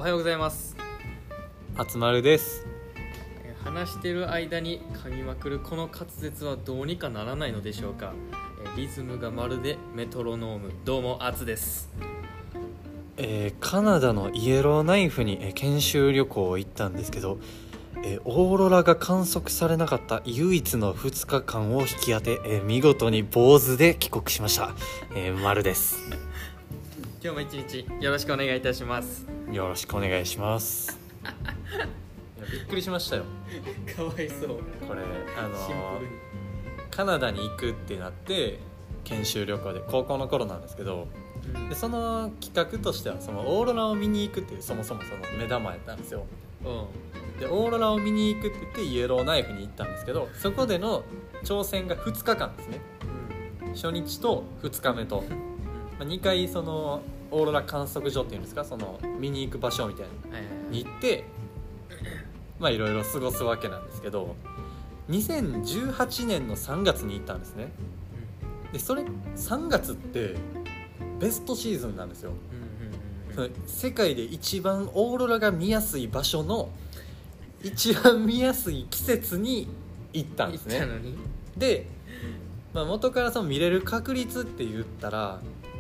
はようございます。 あつまるです。 話してる間に噛みまくるこの滑舌はどうにかならないのでしょうか。リズムがまるでメトロノーム。どうもあつです。 カナダのイエローナイフに、研修旅行行ったんですけど、オーロラが観測されなかった唯一の2日間を引き当て、見事に坊主で帰国しました。まるです。 今日も一日よろしくお願いいたします。 よろしくお願いします。いやびっくりしましたよ。 かわいそう。 これシンプルにカナダに行くってなって研修旅行で高校の頃なんですけど、でその企画としてはそのオーロラを見に行くっていうそもそもその目玉やったんですよ。でオーロラを見に行くって言ってイエローナイフに行ったんですけど、そこでの挑戦が2日間ですね。初日と2日目と、2回そのオーロラ観測所っていうんですか、その見に行く場所みたいなに行って、いろいろ過ごすわけなんですけど、2018年の3月に行ったんですね。でそれ3月ってベストシーズンなんですよ。世界で一番オーロラが見やすい場所の一番見やすい季節に行ったんですね。で、元からその見れる確率って言ったら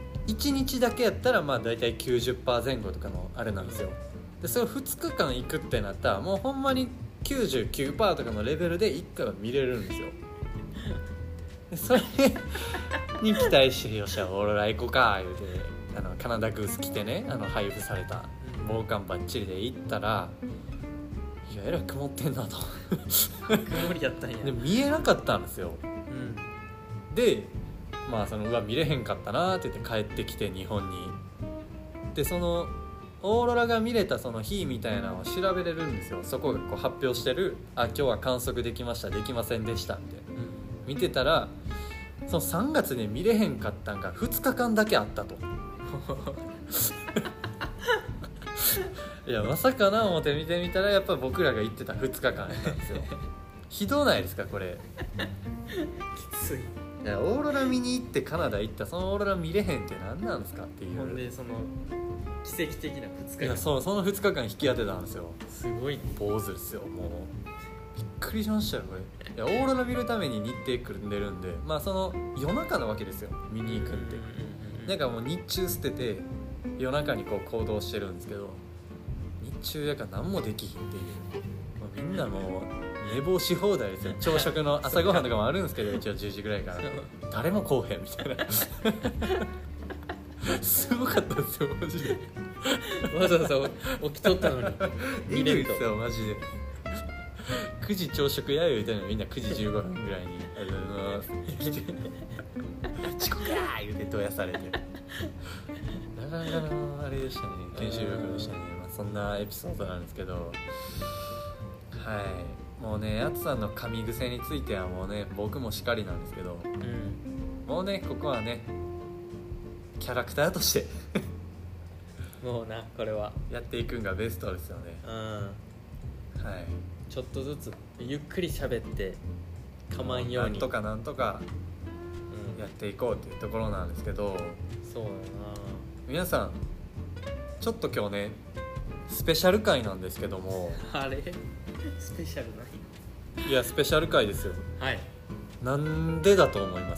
1日だけやったらだいたい 90% 前後とかのあれなんですよ。でそれを2日間行くってなったらもうほんまに 99% とかのレベルで1回は見れるんですよ。でそれに期待してよっしゃオーロラ行こうか言うてカナダグース着てね、配布された防寒バッチリで行ったら、いやえらい曇ってんなと曇りやったんや。 で見えなかったんですよ。でその見れへんかったなって言って帰ってきて日本に。でそのオーロラが見れたその日みたいなのを調べれるんですよ。そこがこう発表してる今日は観測できましたできませんでしたって、見てたらその3月に見れへんかったんが2日間だけあったといやまさかな思って見てみたらやっぱ僕らが言ってた2日間やったんですよ。ひどないですかこれ。 きつい。 いやオーロラ見に行ってカナダ行ったそのオーロラ見れへんって何なんですかっていう。 ほんでその奇跡的な2日間。 いやその2日間引き当てたんですよ。 すごい坊主ですよ。もうびっくりしましたよこれ。いやオーロラ見るために日程組んでるんで、その夜中なわけですよ見に行くって。なんかもう日中捨てて夜中にこう行動してるんですけど、日中やから何もできひんっていう、みんなもう寝坊し放題ですよ。朝食の朝ごはんとかもあるんですけど一応10時ぐらいから誰も来おへんみたいなすごかったですよマジで。 わざわざ起きとったのに見れるんですよマジで。9時朝食やよみたいなのみんな9時15分ぐらいにありがとうございます来て遅刻やー言うてどやされてなかなかのあれでしたね、研修旅行でしたね。そんなエピソードなんですけど、もうねあつさんの噛み癖についてはもうね僕もしかりなんですけど、もうねここはねキャラクターとしてもうなこれはやっていくんがベストですよね。 ちょっとずつゆっくり喋ってかまんようになんとかやっていこうっていうところなんですけど、 そうだな。 皆さんちょっと今日ねスペシャル回なんですけども。 あれスペシャルない？ いやスペシャル回ですよ。なんでだと思います？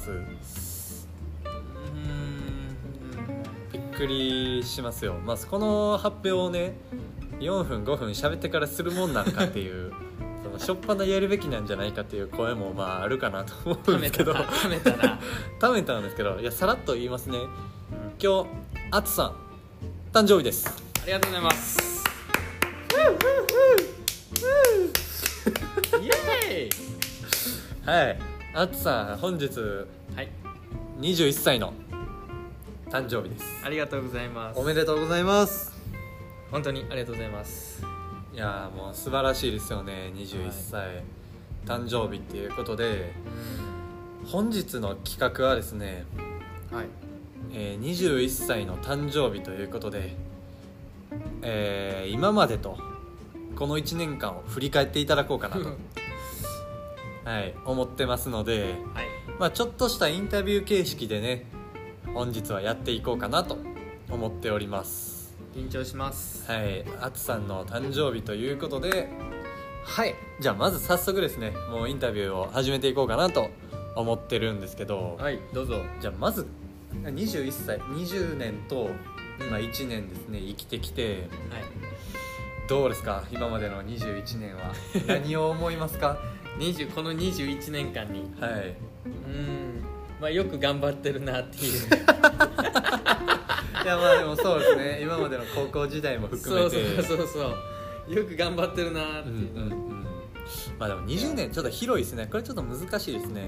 びっくりしますよ。この発表をね4分5分喋ってからするもんなんかっていうそのしょっぱなやるべきなんじゃないかっていう声もあるかなと思うんですけどためたなためたんですけど、いやさらっと言いますね。今日あつさん誕生日です。 ありがとうございますイエーイ。 あつさん本日21歳の誕生日です。 ありがとうございます。 おめでとうございます。 本当にありがとうございます。 いやもう素晴らしいですよね。21歳、誕生日っていうことで、本日の企画はですね、21歳の誕生日ということで、今までとこの1年間を振り返っていただこうかなと思ってますので、ちょっとしたインタビュー形式でね本日はやっていこうかなと思っております。 緊張します。 はい、あつさんの誕生日ということで、はい、じゃあまず早速ですね、もうインタビューを始めていこうかなと思ってるんですけど、 はい、どうぞ。 じゃあまず21歳20年と、まあ、1年ですね生きてきて、 はい、 どうですか今までの21年は何を思いますかこの21年間に、 はい、 まあ、よく頑張ってるなっていういやまあでもそうですね、今までの高校時代も含めてそうよく頑張ってるなっていうの、 まあでも20年ちょっと広いですね。これちょっと難しいですね。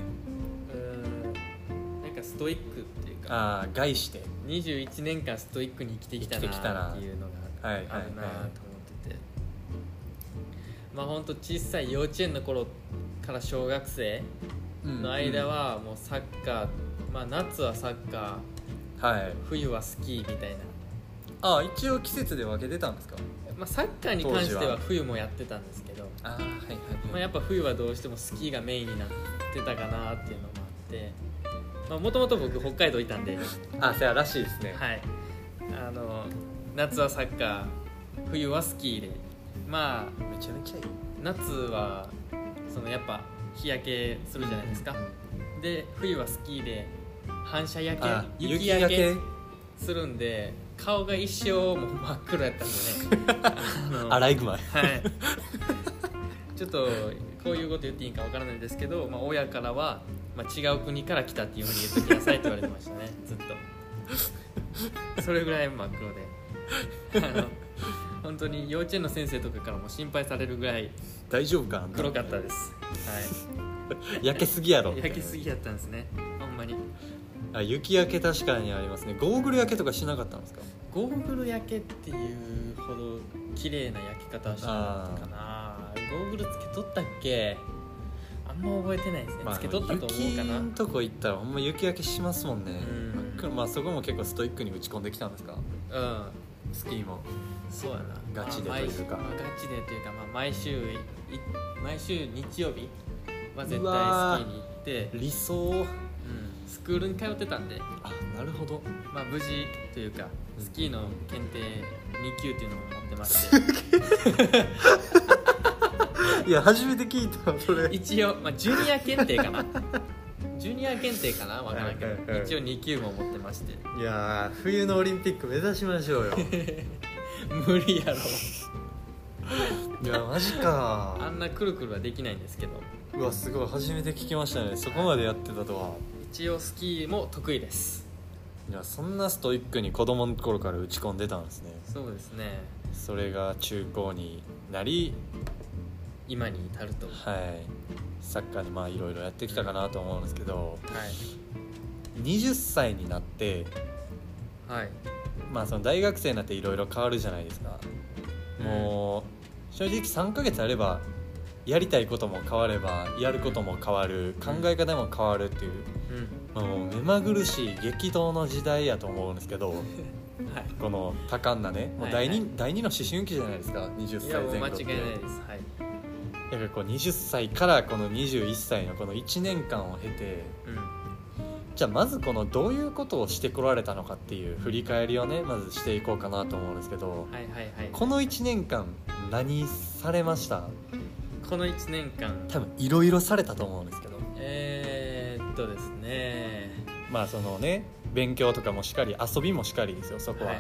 なんかストイックっていうか、 概して 21年間ストイックに生きてきたなっていうのがあるなと思ってて、まあ本当小さい幼稚園の頃から小学生の間はもうサッカー、まあ夏はサッカー、はい、冬はスキーみたいな。 一応季節で分けてたんですか？ まあ、サッカーに関しては冬もやってたんですけど、まあ、やっぱ冬はどうしてもスキーがメインになってたかなっていうのもあって、もともと僕北海道いたんで、 そやらしいですね。 はい、夏はサッカー、冬はスキーで、まあめちゃめちゃいい。 夏はやっぱ日焼けするじゃないですか。で冬はスキーで反射焼け、雪焼けするんで、顔が一生もう真っ黒やったんでねアライグマ、はいちょっとこういうこと言っていいかわからないですけど、まあ、親からは、まあ、違う国から来たっていうふうに言ってきなさいって言われてましたねずっとそれぐらい真っ黒で本当に幼稚園の先生とかからも心配されるぐらい大丈夫か黒かったです、はい、 焼けすぎやろ。 焼けすぎやったんですね、ほんまに。 雪焼け確かにありますね。ゴーグル焼けとかしなかったんですか？ ゴーグル焼けっていうほど綺麗な焼き方はしなかったかな。ゴーグルつけとったっけ？あんま覚えてないですね、つけとったと思うかな。 雪のとこ行ったらほんま雪焼けしますもんね。まあそこも結構ストイックに打ち込んできたんですか？スキーもそうやな、 ガチでというか、 ガチでというか、まあ、毎週日曜日は絶対スキーに行って、 理想。 スクールに通ってたんで、 なるほど、 まあ、無事というかスキーの検定2級っていうのを持ってましていや初めて聞いたそれ。 一応、まあ、ジュニア検定かなジュニア検定かな分からんけど、一応2級も持ってまして。 いや冬のオリンピック目指しましょうよ無理やろいやマジか。 あんなくるくるはできないんですけど。 うわすごい、初めて聞きましたね、そこまでやってたとは。 一応スキーも得意です。 いやそんなストイックに子供の頃から打ち込んでたんですね。 そうですね。 それが中高になり今に至ると、 サッカーにまあいろいろやってきたかなと思うんですけど、 はい、 20歳になって、まあその大学生になっていろいろ変わるじゃないですか。もう正直3ヶ月あればやりたいことも変わればやることも変わる、考え方も変わるっていう、もう目まぐるしい激動の時代やと思うんですけどこの多感なね、もう第二の思春期じゃないですか、20歳前後って。いやもう間違いないです。やっぱりこう20歳からこの21歳のこの1年間を経て、じゃあまずこのどういうことをしてこられたのかっていう振り返りをねまずしていこうかなと思うんですけど、この1年間何されました？ この1年間多分いろいろされたと思うんですけど、 ですね、 まあそのね勉強とかもしかり遊びもしかりですよ、そこは。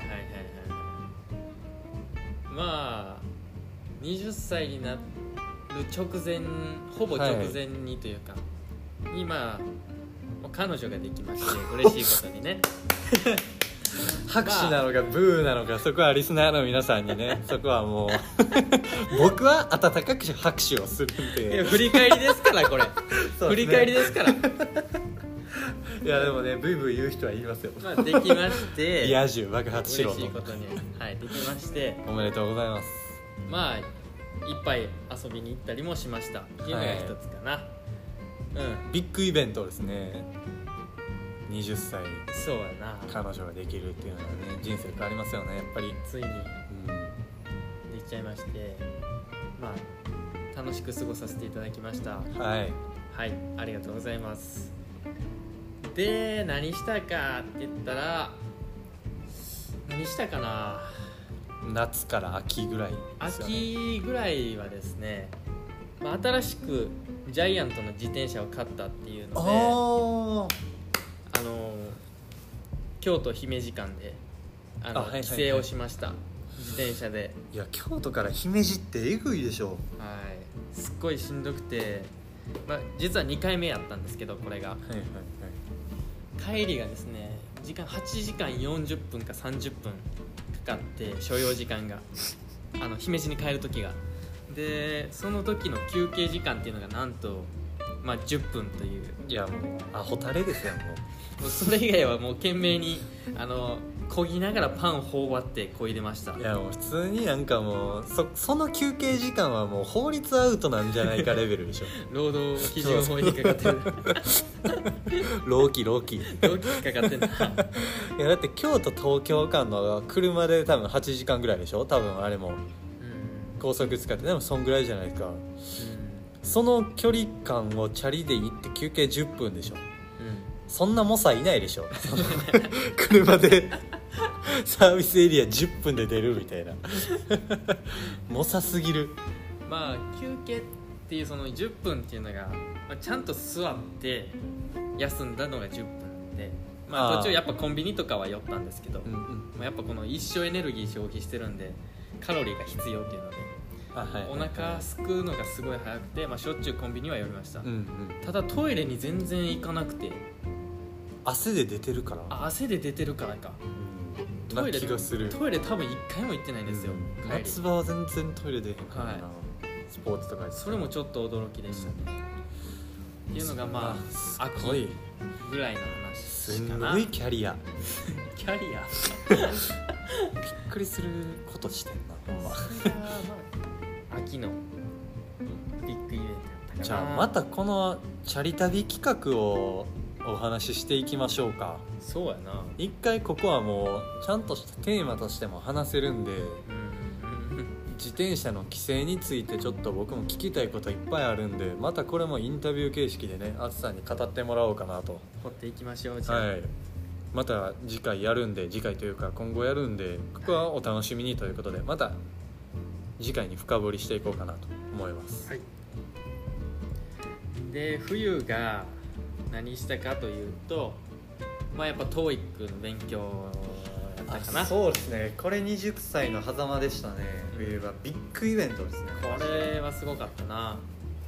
まあ20歳になる直前、ほぼ直前にというか、にまあ彼女ができまして嬉しいことにね拍手なのかブーなのか、そこはリスナーの皆さんにねそこはもう僕は温かく拍手をするんで。 いや振り返りですからこれ振り返りですから。 いやでもねブイブイ言う人は言いますよ。 まあ、できましてリア充爆発しろと。 嬉しいことに、できまして、 おめでとうございます。 まあいっぱい遊びに行ったりもしましたっていうのが一つかな。 ビッグイベントですね。20歳そうやな、 彼女ができるっていうのはね人生変わりますよね、やっぱり。 ついにできちゃいまして、まあ楽しく過ごさせていただきました。はい、ありがとうございます。で何したかって言ったら何したかな。 夏から秋ぐらいですよね。 秋ぐらいはですね、新しくジャイアントの自転車を買ったっていうので、京都姫路間で帰省をしました、自転車で。 いや京都から姫路ってえぐいでしょ。 すっごいしんどくて、実は2回目やったんですけど、これが、帰りがですね8時間40分か30分かかって、所要時間が姫路に帰る時がで、その時の休憩時間っていうのがなんと、10分という。 いやもうアホタレですよ。 もうそれ以外はもう懸命に漕ぎながらパン頬張って漕いでました。 いやもう普通になんかもうその休憩時間はもう法律アウトなんじゃないかレベルでしょ。 労働基準法にかかってる。 労基かかってんな。 いやだって京都東京間の車で多分8時間ぐらいでしょ、多分あれも、高速使って。でもそんぐらいじゃないですか、その距離感をチャリで行って休憩10分でしょ、そんな猛者いないでしょ。車でサービスエリア10分で出るみたいな。猛者すぎる。 休憩っていうその10分っていうのが、ちゃんと座って休んだのが10分で、途中やっぱコンビニとかは寄ったんですけど、やっぱこの一生エネルギー消費してるんでカロリーが必要っていうので、お腹すくのがすごい早くて、しょっちゅうコンビニは寄りました、ただトイレに全然行かなくて。 汗で出てるから。 汗で出てるからか、 トイレ気がする。 トイレ多分1回も行ってないんですよ、 夏場は全然トイレ出へんからな、スポーツとか。 それもちょっと驚きでしたね、っていうのが秋ぐらいの話かな。 すんごいキャリアキャリアびっくりすることしてんな、ほんま。 秋のビッグイベントやったかな。 じゃあまたこのチャリ旅企画をお話ししていきましょうか。 そうやな。 一回ここはもうちゃんとしたテーマとしても話せるんで、自転車の規制についてちょっと僕も聞きたいこといっぱいあるんで、またこれもインタビュー形式でね、あつさんに語ってもらおうかなと。 掘っていきましょう。じゃあ、 また次回やるんで、次回というか今後やるんで、ここはお楽しみにということで、また次回に深掘りしていこうかなと思います。 で冬が何したかというと、やっぱ TOEIC の勉強だったかな。 そうですね、これ20歳の狭間でしたね。冬はビッグイベントですね。 これはすごかったな。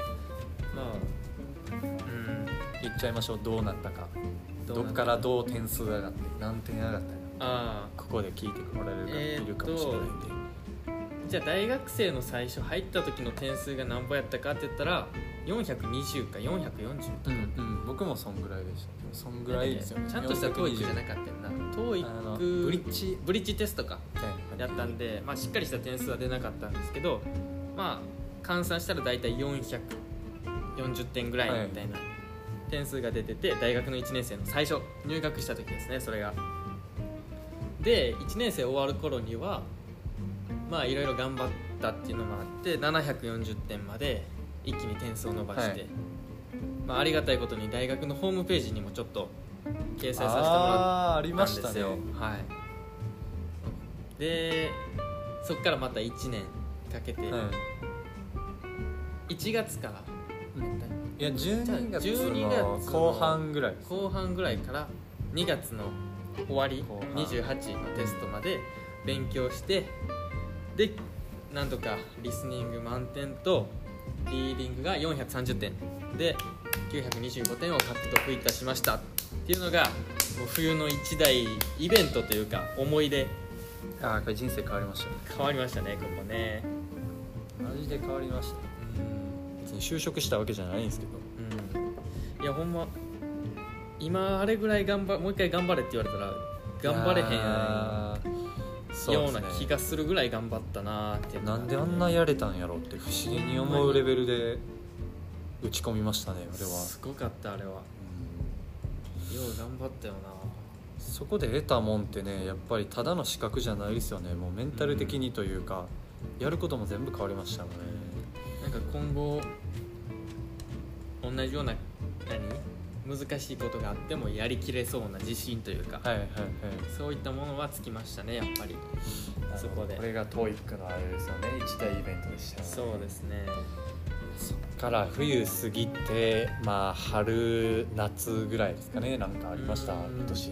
言っちゃいましょう。どうなったか、どっからどう点数上がって何点上がったか、ここで聞いてもらえるかもしれないんで、 じゃあ大学生の最初入った時の点数が何ぼやったかって言ったら420か440とか、 僕もそんぐらいでした。そんぐらいですよね。 ちゃんとした TOEIC じゃなかったよな。 TOEIC ブリッジテストか、やったんで、しっかりした点数は出なかったんですけど、換算したら大体440点ぐらいみたいな点数が出てて、大学の1年生の最初入学した時ですね、それが。で1年生終わる頃にはいろいろ頑張ったっていうのもあって740点まで一気に点数を伸ばして、ありがたいことに大学のホームページにもちょっと掲載させてもらったんですよ。 ありましたね。 でそこからまた1年かけて、1月からいや12月の後半ぐらいから2月の終わり28のテストまで勉強して、でなんとかリスニング満点とリーディングが430点で925点を獲得いたしましたっていうのがもう冬の一大イベントというか思い出。 これ人生変わりましたね。 変わりましたね、ここね。 マジで変わりました。別に就職したわけじゃないんですけど、 いやほんま今あれぐらいもう一回頑張れって言われたら頑張れへんような気がするぐらい頑張ったなっていう。 なんであんなやれたんやろって不思議に思うレベルで打ち込みましたね。あれはすごかった。あれはよう頑張ったよな。 そこで得たもんってね、やっぱりただの資格じゃないですよね。もうメンタル的にというか、やることも全部変わりましたもんね。 なんか今後同じような難しいことがあってもやりきれそうな自信というか、 はいはいはい、 そういったものはつきましたねやっぱり。そこでこれが TOEIC のあれですよね、一大イベントでしたよね。 そうですね。 そっから冬過ぎて、まあ春夏ぐらいですかね、なんかありました今年。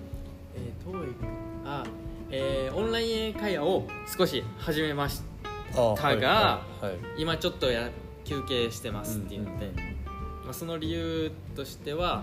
TOEIC、オンライン英会話を少し始めましたが、今ちょっと休憩してますっていうので、まあ、その理由としては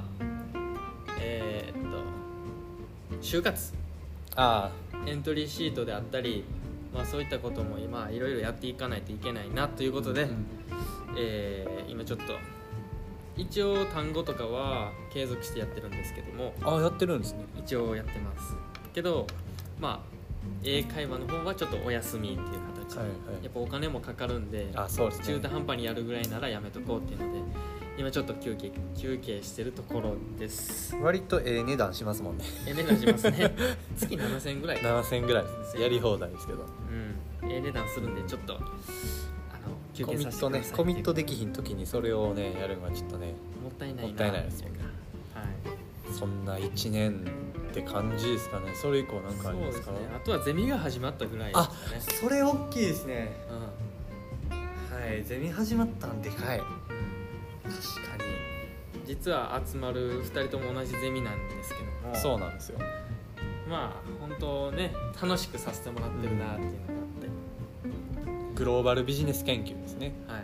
就活、エントリーシートであったり、まあ、そういったことも今いろいろやっていかないといけないなということで、今ちょっと一応単語とかは継続してやってるんですけども。 やってるんですね。 一応やってますけど、まあ英会話の方はちょっとお休みっていう形で、やっぱお金もかかるんで、 そうですね、 中途半端にやるぐらいならやめとこうっていうので今ちょっと休憩してるところです。 割と値段しますもんね。 値段しますね月7000円ぐらい 7000ぐらいですやり放題ですけど、 値段するんでちょっと休憩させてください。 コミットできひん時にそれをねやるのはちょっとねもったいないですよね。そんな1年って感じですかね。それ以降なんかありますか？ そうですね、あとはゼミが始まったぐらいですかね。 それ大きいですね。はい、ゼミ始まったんでかい。確かに実は集まる2人とも同じゼミなんですけども。 そうなんですよ。 まあ本当ね楽しくさせてもらってるなっていうのがあって、 グローバルビジネス研究ですね。 はい、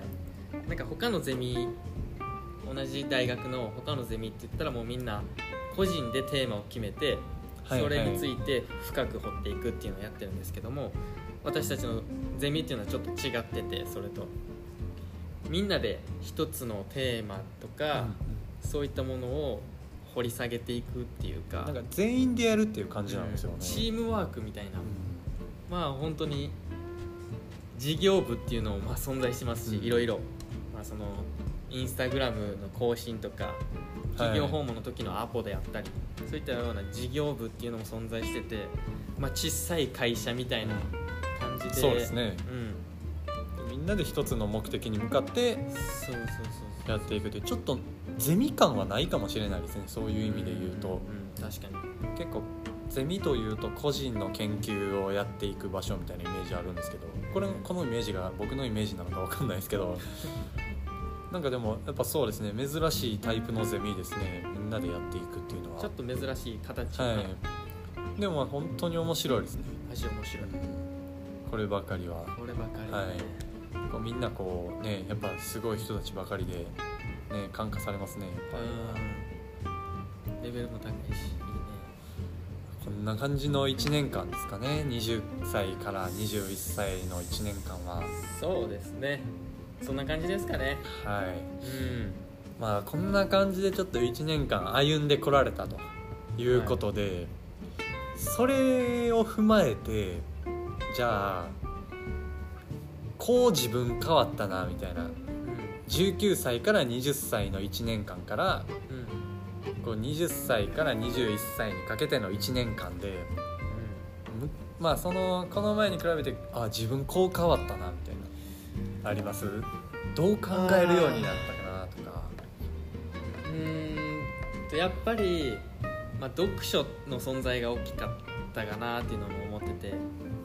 なんか他のゼミ、同じ大学の他のゼミって言ったらもうみんな個人でテーマを決めて、それについて深く掘っていくっていうのをやってるんですけども、私たちのゼミっていうのはちょっと違ってて、それとみんなで一つのテーマとか、そういったものを掘り下げていくっていうか、 なんか全員でやるっていう感じなんですよね。 チームワークみたいな、まあ本当に事業部っていうのもまあ存在してますし、いろいろ、まあ、そのインスタグラムの更新とか企業訪問の時のアポであったり、そういったような事業部っていうのも存在してて、まあ、小さい会社みたいな感じで、 そうですね、みんなで一つの目的に向かってやっていくという、ちょっとゼミ感はないかもしれないですね。そういう意味で言うと、 確かに結構ゼミというと個人の研究をやっていく場所みたいなイメージあるんですけど、このイメージが僕のイメージなのか分かんないですけどなんかでもやっぱそうですね、珍しいタイプのゼミですね。みんなでやっていくっていうのはちょっと珍しい形、 でも本当に面白いですね。 面白い、 こればかりは、こうみんなこうね、やっぱすごい人たちばかりでね、感化されますね。やっぱレベルも高いし、いいね。 こんな感じの1年間ですかね。20歳から21歳の1年間は。 そうですね、そんな感じですかね。 まあこんな感じでちょっと1年間歩んでこられたということで、それを踏まえて、じゃあこう自分変わったなみたいな、19歳から20歳の1年間から、こう20歳から21歳にかけての1年間で、まあこの前に比べて自分こう変わったなみたいなあります？どう考えるようになったかなとか。 やっぱり、まあ、読書の存在が大きかったかなっていうのも思ってて、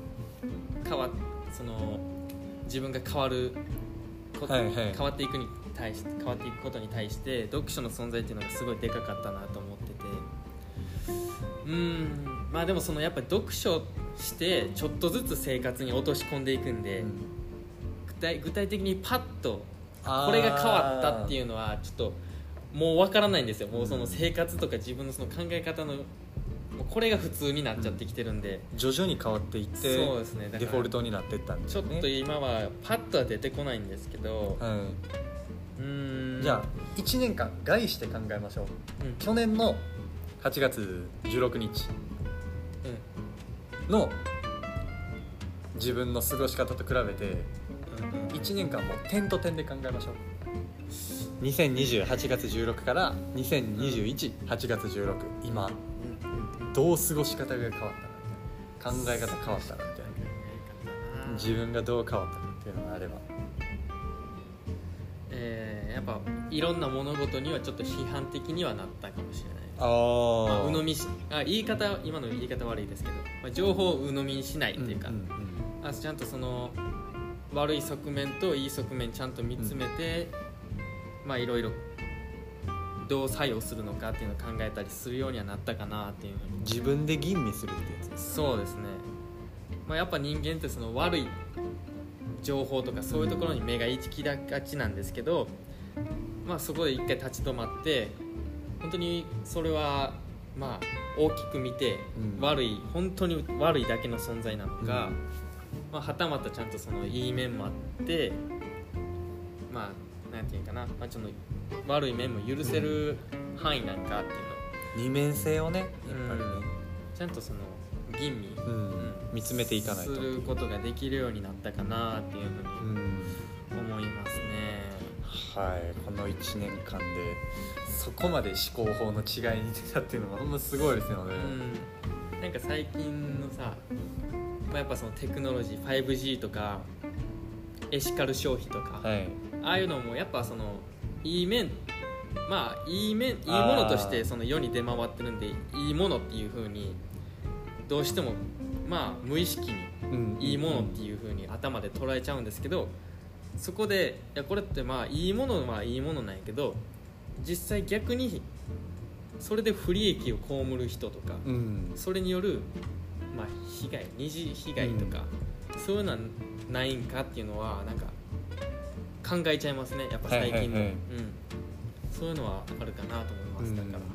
自分が変わる変わっていくことに対して読書の存在っていうのがすごいでかかったなと思ってて、まあでもやっぱり読書してちょっとずつ生活に落とし込んでいくんで、具体的にパッとこれが変わったっていうのはちょっともう分からないんですよ。もうその生活とか自分のその考え方のこれが普通になっちゃってきてるんで、 徐々に変わっていって、 そうですね、 デフォルトになっていったんですね。ちょっと今はパッとは出てこないんですけど、 じゃあ1年間概して考えましょう。去年の8月16日の自分の過ごし方と比べて、1年間も点と点で考えましょう。2020、8月16から2021、8月16、今どう過ごし方が変わったかみたいな、考え方変わったかみたいな、自分がどう変わったかっていうのがあれば、 ややっぱいろんな物事にはちょっと批判的にはなったかもしれないです。鵜呑みし今の言い方悪いですけど、情報を鵜呑みにしないっていうか、ちゃんとその悪い側面といい側面ちゃんと見つめて、いろいろどう作用するのかっていうのを考えたりするようにはなったかなっていうふうに。 自分で吟味するってやつです。 そうですね。やっぱ人間ってその悪い情報とかそういうところに目が行きがちなんですけど、そこで一回立ち止まって本当にそれは大きく見て、本当に悪いだけの存在なのか、はたまたちゃんとそのいい面もあって、なんていうかな、ちょっと悪い面も許せる範囲なんかっていうの二面性をねやっぱりね、 ちゃんとその吟味、 見つめていかないとすることができるようになったかなっていうふうに思いますね。 はい、この1年間でそこまで思考法の違いに出たっていうのがほんますごいですよね。 なんか最近のさ、やっぱそのテクノロジー 5G とかエシカル消費とか、ああいうのもやっぱそのいい面、いいものとしてその世に出回ってるんで、いいものっていう風にどうしても無意識にいいものっていう風に頭で捉えちゃうんですけど、そこでこれっていいものはいいものなんやけど、実際逆にそれで不利益を被る人とか、それによる被害、二次被害とか、そういうのはないんかっていうのはなんか考えちゃいますね、やっぱ最近の、そういうのはあるかなと思います。だから、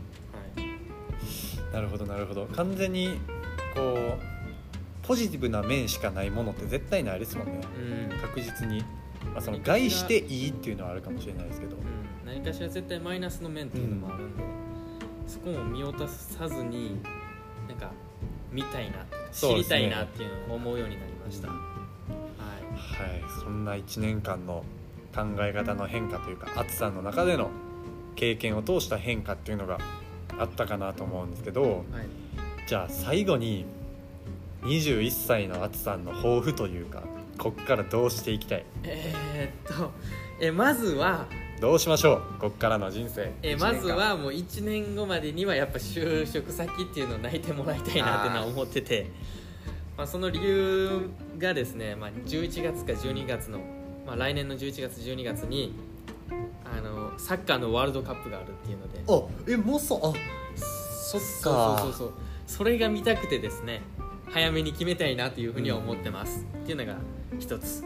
なるほどなるほど。完全にこうポジティブな面しかないものって絶対ないですもんね、確実に。その害していいっていうのはあるかもしれないですけど、 何かしら絶対マイナスの面っていうのもあるんで、そこも見落とさずになんか見たいな、知りたいなっていうのを思うようになりました。 そんな1年間の考え方の変化というか、あつさんの中での経験を通した変化っていうのがあったかなと思うんですけど、じゃあ最後に21歳のあつさんの抱負というか、こっからどうしていきたい？ まずはどうしましょう、こっからの人生。 まずはもう1年後までにはやっぱ就職先っていうのを泣いてもらいたいなっていうのは思ってて、その理由がですね、11月か12月の、来年の11月12月にサッカーのワールドカップがあるっていうので、 もうそっか、 そうそれが見たくてですね、早めに決めたいなというふうには思ってます、っていうのが一つ。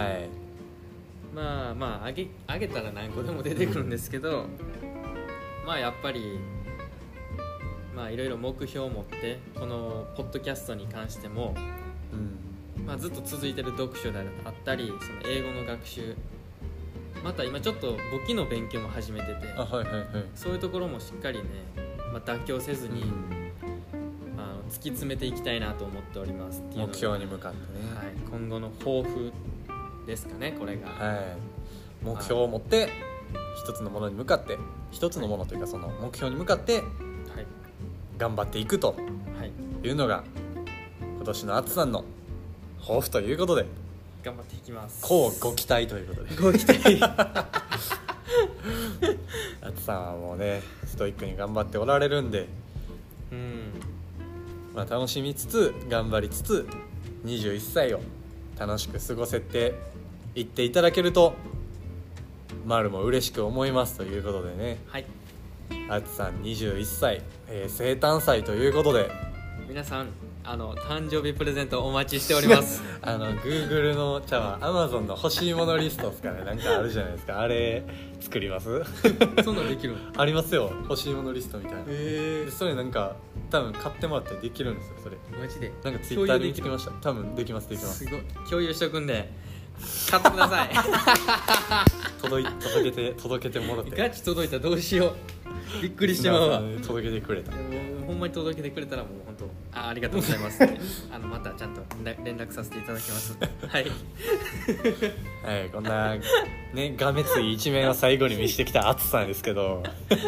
あげたら何個でも出てくるんですけど、やっぱりいろいろ目標を持ってこのポッドキャストに関しても、ずっと続いてる読書であったり、その英語の学習、また今ちょっと簿記の勉強も始めてて、そういうところもしっかりね、妥協せずに、突き詰めていきたいなと思っておりますっていうのが目標に向かってね、 今後の抱負ですかね、これが。 目標を持って一つのものに向かって、一つのものというかその目標に向かって頑張っていくというのが今年のあつさんの抱負ということで、 頑張っていきます。 こうご期待ということでご期待あつさんはもうねストイックに頑張っておられるんで、楽しみつつ頑張りつつ21歳を楽しく過ごせていっていただけると丸も嬉しく思いますということでね、あつさん21歳、生誕祭ということで、 皆さん誕生日プレゼントお待ちしております Google のAmazon の欲しいものリストですかね、なんかあるじゃないですか、あれ作りますそんなんできるの？ ありますよ、欲しいものリストみたいな。それなんか多分買ってもらったらできるんですよ、それ。 マジで？ なんか Twitter で見てきました。多分できます。 すごい、共有しとくんで買ってください届けてもらって。 ガチ届いたらどうしよう、びっくりしてまうわ。 届けてくれた。 ほんまに届けてくれたらもう本当ありがとうございますってまたちゃんと連絡させていただきますこんなねがめつい一面を最後に見せてきたあつさんですけど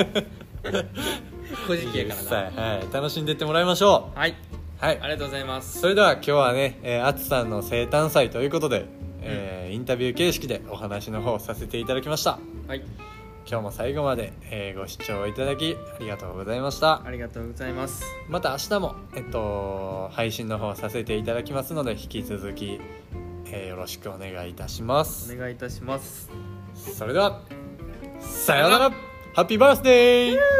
小じきやからな、 楽しんでいってもらいましょう。 ありがとうございます。 それでは今日はね、あつさんの生誕祭ということで、インタビュー形式でお話の方させていただきました。 今日も最後まで、ご視聴いただきありがとうございました。 ありがとうございます。 また明日も、配信の方させていただきますので、引き続き、よろしくお願いいたします。 お願いいたします。 それではさようなら。ハッピーバースデー。